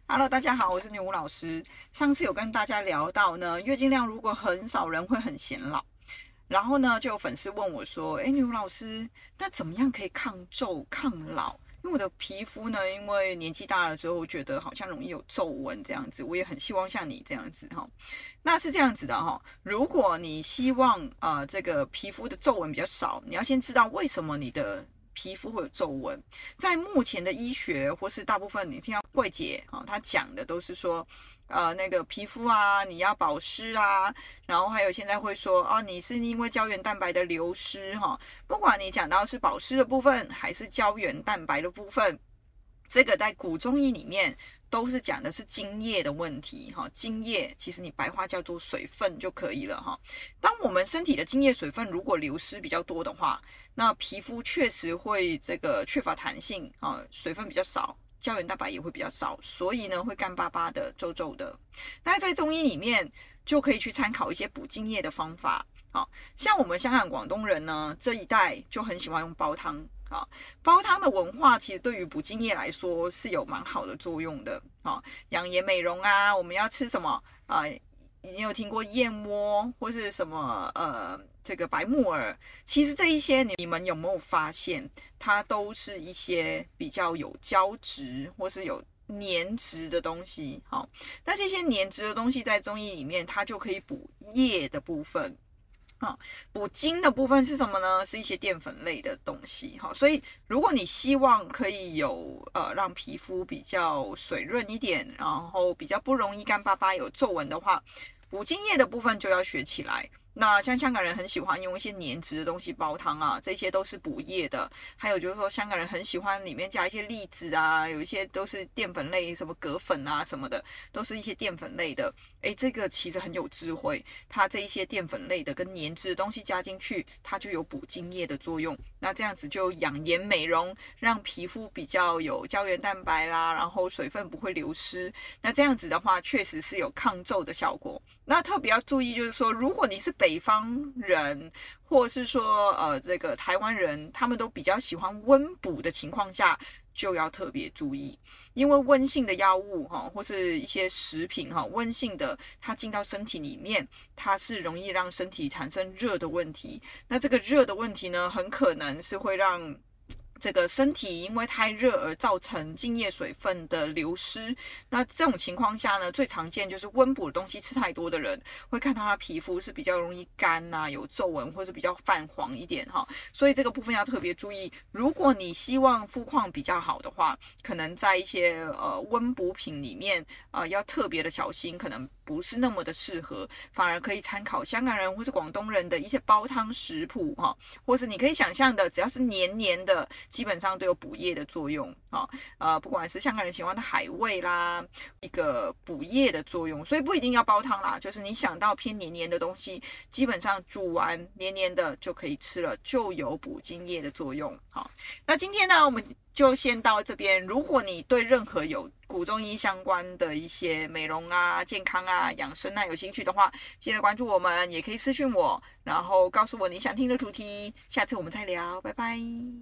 Hello，大家好，我是女巫老师。上次有跟大家聊到呢，月经量如果很少人会很显老，然后呢，就有粉丝问我说：女巫老师，那怎么样可以抗皱、抗老？因为我的皮肤呢，因为年纪大了之后，觉得好像容易有皱纹这样子，我也很希望像你这样子哈。那是这样子的哈，如果你希望这个皮肤的皱纹比较少，你要先知道为什么你的皮肤会有皱纹。在目前的医学或是大部分你听到柜姐她讲的都是说，那个皮肤啊，你要保湿啊，然后还有现在会说你是因为胶原蛋白的流失哈，不管你讲到是保湿的部分还是胶原蛋白的部分，这个在古中医里面都是讲的是津液的问题哈。津液其实你白话叫做水分就可以了哈。当我们身体的津液水分如果流失比较多的话，那皮肤确实会这个缺乏弹性啊，水分比较少，胶原蛋白也会比较少，所以呢会干巴巴的、皱皱的。那在中医里面就可以去参考一些补津液的方法。好，像我们香港、广东人呢这一代就很喜欢用煲汤。煲汤的文化其实对于补津液来说是有蛮好的作用的。养颜美容啊，我们要吃什么你有听过燕窝或是什么这个白木耳？其实这一些你们有没有发现，它都是一些比较有胶质或是有粘质的东西。好，那这些粘质的东西在中医里面，它就可以补液的部分。补精的部分是什么呢？是一些淀粉类的东西。所以如果你希望可以有让皮肤比较水润一点，然后比较不容易干巴巴有皱纹的话，补精液的部分就要学起来。那像香港人很喜欢用一些粘质的东西煲汤啊，这些都是补液的。还有就是说，香港人很喜欢里面加一些栗子啊，有一些都是淀粉类，什么葛粉啊什么的，都是一些淀粉类的。这个其实很有智慧，它这一些淀粉类的跟粘质的东西加进去，它就有补精液的作用。那这样子就养颜美容，让皮肤比较有胶原蛋白啦，然后水分不会流失。那这样子的话，确实是有抗皱的效果。那特别要注意，就是说，如果你是北方人，或是说这个台湾人，他们都比较喜欢温补的情况下，就要特别注意，因为温性的药物或是一些食品温性的，它进到身体里面，它是容易让身体产生热的问题。那这个热的问题呢，很可能是会让这个身体因为太热而造成津液水分的流失。那这种情况下呢，最常见就是温补的东西吃太多的人，会看到他皮肤是比较容易干啊，有皱纹或是比较泛黄一点哈。所以这个部分要特别注意。如果你希望肤况比较好的话，可能在一些温补品里面要特别的小心，可能不是那么的适合，反而可以参考香港人或是广东人的一些煲汤食谱或是你可以想象的，只要是黏黏的，基本上都有补液的作用不管是香港人喜欢的海味啦，一个补液的作用，所以不一定要煲汤啦，就是你想到偏黏黏的东西，基本上煮完黏黏的就可以吃了，就有补精液的作用。那今天呢，我们就先到这边。如果你对任何有古中医相关的一些美容啊、健康啊、养生啊有兴趣的话，记得关注我们，也可以私讯我，然后告诉我你想听的主题，下次我们再聊，拜拜。